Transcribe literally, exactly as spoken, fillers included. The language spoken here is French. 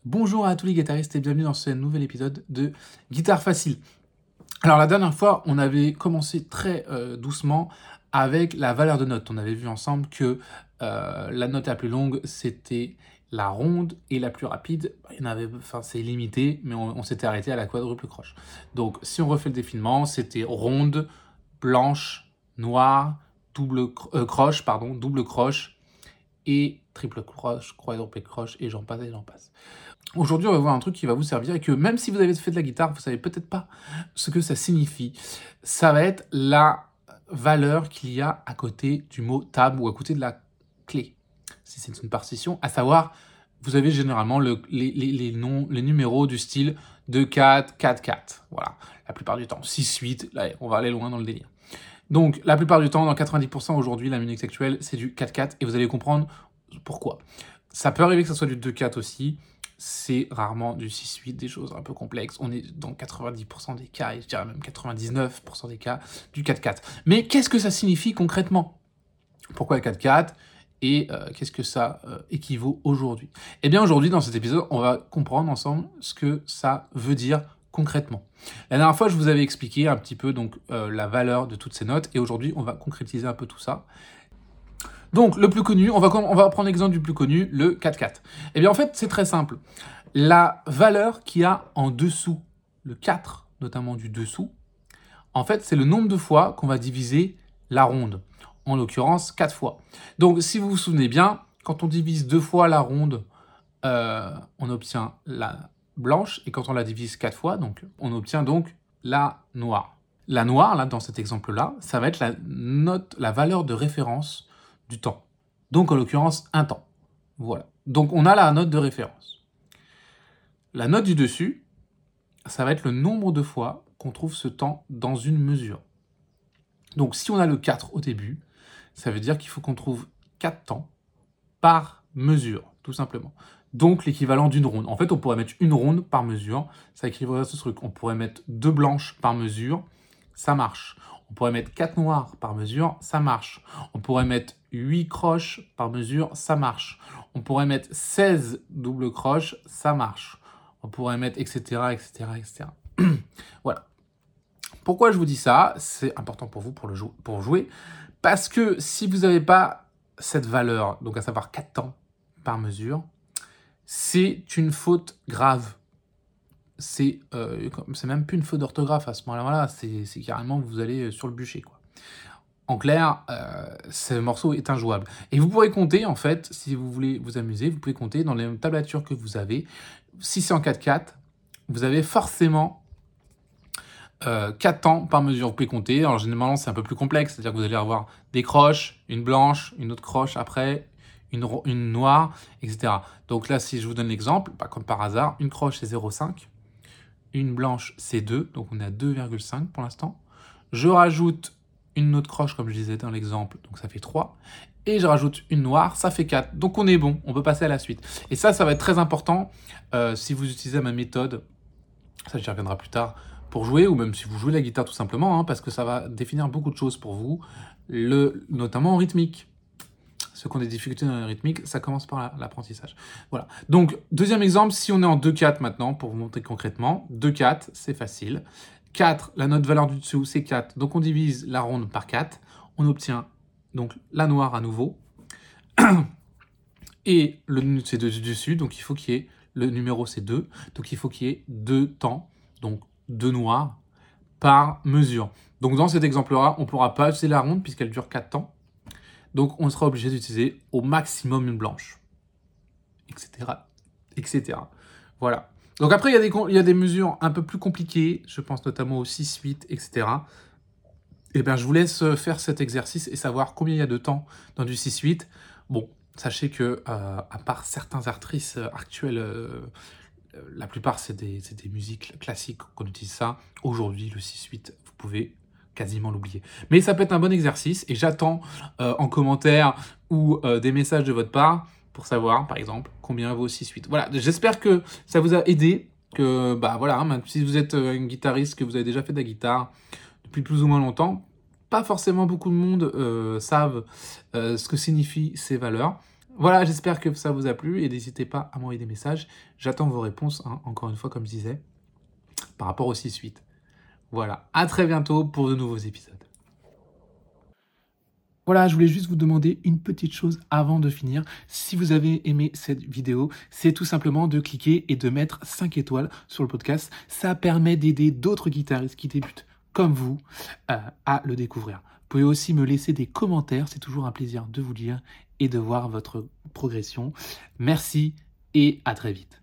Bonjour à tous les guitaristes et bienvenue dans ce nouvel épisode de Guitare Facile. Alors la dernière fois, on avait commencé très euh, doucement avec la valeur de note. On avait vu ensemble que euh, la note la plus longue, c'était la ronde, et la plus rapide, il y en avait, enfin c'est limité, mais on, on s'était arrêté à la quadruple croche. Donc si on refait le défilement, c'était ronde, blanche, noire, double euh, croche, pardon, double croche, et triple croche, quadruple croche, et j'en passe et j'en passe. Aujourd'hui, on va voir un truc qui va vous servir et que même si vous avez fait de la guitare, vous savez peut-être pas ce que ça signifie. Ça va être la valeur qu'il y a à côté du mot tab ou à côté de la clé. Si c'est une partition, à savoir, vous avez généralement le, les, les, les noms, les numéros du style deux quatre, quatre quatre. Voilà, la plupart du temps. six huit, là, on va aller loin dans le délire. Donc, la plupart du temps, dans quatre-vingt-dix pour cent aujourd'hui, la musique actuelle, c'est du quatre quatre et vous allez comprendre pourquoi. Ça peut arriver que ce soit du deux quatre aussi. C'est rarement du six huit, des choses un peu complexes. On est dans quatre-vingt-dix pour cent des cas, et je dirais même quatre-vingt-dix-neuf pour cent des cas, du quatre quatre. Mais qu'est-ce que ça signifie concrètement? Pourquoi le quatre quatre? Et euh, qu'est-ce que ça euh, équivaut aujourd'hui? Eh bien aujourd'hui, dans cet épisode, on va comprendre ensemble ce que ça veut dire concrètement. La dernière fois, je vous avais expliqué un petit peu donc, euh, la valeur de toutes ces notes, et aujourd'hui, on va concrétiser un peu tout ça. Donc, le plus connu, on va, on va prendre l'exemple du plus connu, le quatre quatre. Eh bien, en fait, c'est très simple. La valeur qu'il y a en dessous, le quatre, notamment du dessous, en fait, c'est le nombre de fois qu'on va diviser la ronde. En l'occurrence, quatre fois. Donc, si vous vous souvenez bien, quand on divise deux fois la ronde, euh, on obtient la blanche, et quand on la divise quatre fois, donc, on obtient donc la noire. La noire, là, dans cet exemple-là, ça va être la note, la valeur de référence du temps. Donc, en l'occurrence, un temps. Voilà. Donc, on a la note de référence. La note du dessus, ça va être le nombre de fois qu'on trouve ce temps dans une mesure. Donc, si on a le quatre au début, ça veut dire qu'il faut qu'on trouve quatre temps par mesure, tout simplement. Donc, l'équivalent d'une ronde. En fait, on pourrait mettre une ronde par mesure, ça équivaut à ce truc. On pourrait mettre deux blanches par mesure, ça marche. On pourrait mettre quatre noires par mesure, ça marche. On pourrait mettre huit croches par mesure, ça marche. On pourrait mettre seize doubles croches, ça marche. On pourrait mettre et cetera, et cetera, et cetera. Voilà. Pourquoi je vous dis ça? C'est important pour vous pour, le jou- pour jouer. Parce que si vous n'avez pas cette valeur, donc à savoir quatre temps par mesure, c'est une faute grave. C'est euh, c'est même plus une faute d'orthographe à ce moment-là. Voilà, c'est c'est carrément vous allez sur le bûcher, quoi. En clair, euh, ce morceau est injouable. Et vous pourrez compter, en fait, si vous voulez vous amuser, vous pouvez compter dans les tablatures que vous avez. Si c'est en quatre quatre, vous avez forcément euh, quatre temps par mesure. Vous pouvez compter. Alors, généralement, c'est un peu plus complexe. C'est-à-dire que vous allez avoir des croches, une blanche, une autre croche après, une, une noire, et cetera. Donc là, si je vous donne l'exemple, bah, comme par hasard, une croche, c'est zéro virgule cinq. Une blanche, c'est deux. Donc, on est à deux virgule cinq pour l'instant. Je rajoute une autre croche, comme je disais dans l'exemple, donc ça fait trois. Et je rajoute une noire, ça fait quatre. Donc on est bon, on peut passer à la suite. Et ça, ça va être très important euh, si vous utilisez ma méthode, ça j'y reviendrai plus tard, pour jouer, ou même si vous jouez la guitare tout simplement, hein, parce que ça va définir beaucoup de choses pour vous, le, notamment en rythmique. Ceux qui ont des difficultés dans la rythmique, ça commence par l'apprentissage. Voilà. Donc, deuxième exemple, si on est en deux quatre maintenant, pour vous montrer concrètement, deux quatre, c'est facile. quatre, la note valeur du dessous, c'est quatre. Donc, on divise la ronde par quatre. On obtient donc la noire à nouveau. Et le c'est du dessus, donc il faut qu'il y ait, le numéro c'est deux. Donc, il faut qu'il y ait deux temps, donc deux noirs par mesure. Donc, dans cet exemple-là, on ne pourra pas utiliser la ronde puisqu'elle dure quatre temps. Donc, on sera obligé d'utiliser au maximum une blanche, et cetera, et cetera. Voilà. Donc après, il y a des, il y a des mesures un peu plus compliquées, je pense notamment au six huit, et cetera. Et bien, je vous laisse faire cet exercice et savoir combien il y a de temps dans du six huit. Bon, sachez que, euh, à part certains artistes actuels, euh, la plupart, c'est des, c'est des musiques classiques qu'on utilise ça. Aujourd'hui, le six huit, vous pouvez quasiment l'oublier. Mais ça peut être un bon exercice et j'attends euh, en commentaire ou euh, des messages de votre part pour savoir, par exemple, combien vaut six huit. Voilà, j'espère que ça vous a aidé, que, bah voilà, hein, même si vous êtes euh, une guitariste, que vous avez déjà fait de la guitare depuis plus ou moins longtemps, pas forcément beaucoup de monde euh, savent euh, ce que signifient ces valeurs. Voilà, j'espère que ça vous a plu et n'hésitez pas à m'envoyer des messages. J'attends vos réponses, hein, encore une fois, comme je disais, par rapport aux six suites. Voilà, à très bientôt pour de nouveaux épisodes. Voilà, je voulais juste vous demander une petite chose avant de finir. Si vous avez aimé cette vidéo, c'est tout simplement de cliquer et de mettre cinq étoiles sur le podcast. Ça permet d'aider d'autres guitaristes qui débutent comme vous euh, à le découvrir. Vous pouvez aussi me laisser des commentaires, c'est toujours un plaisir de vous lire et de voir votre progression. Merci et à très vite.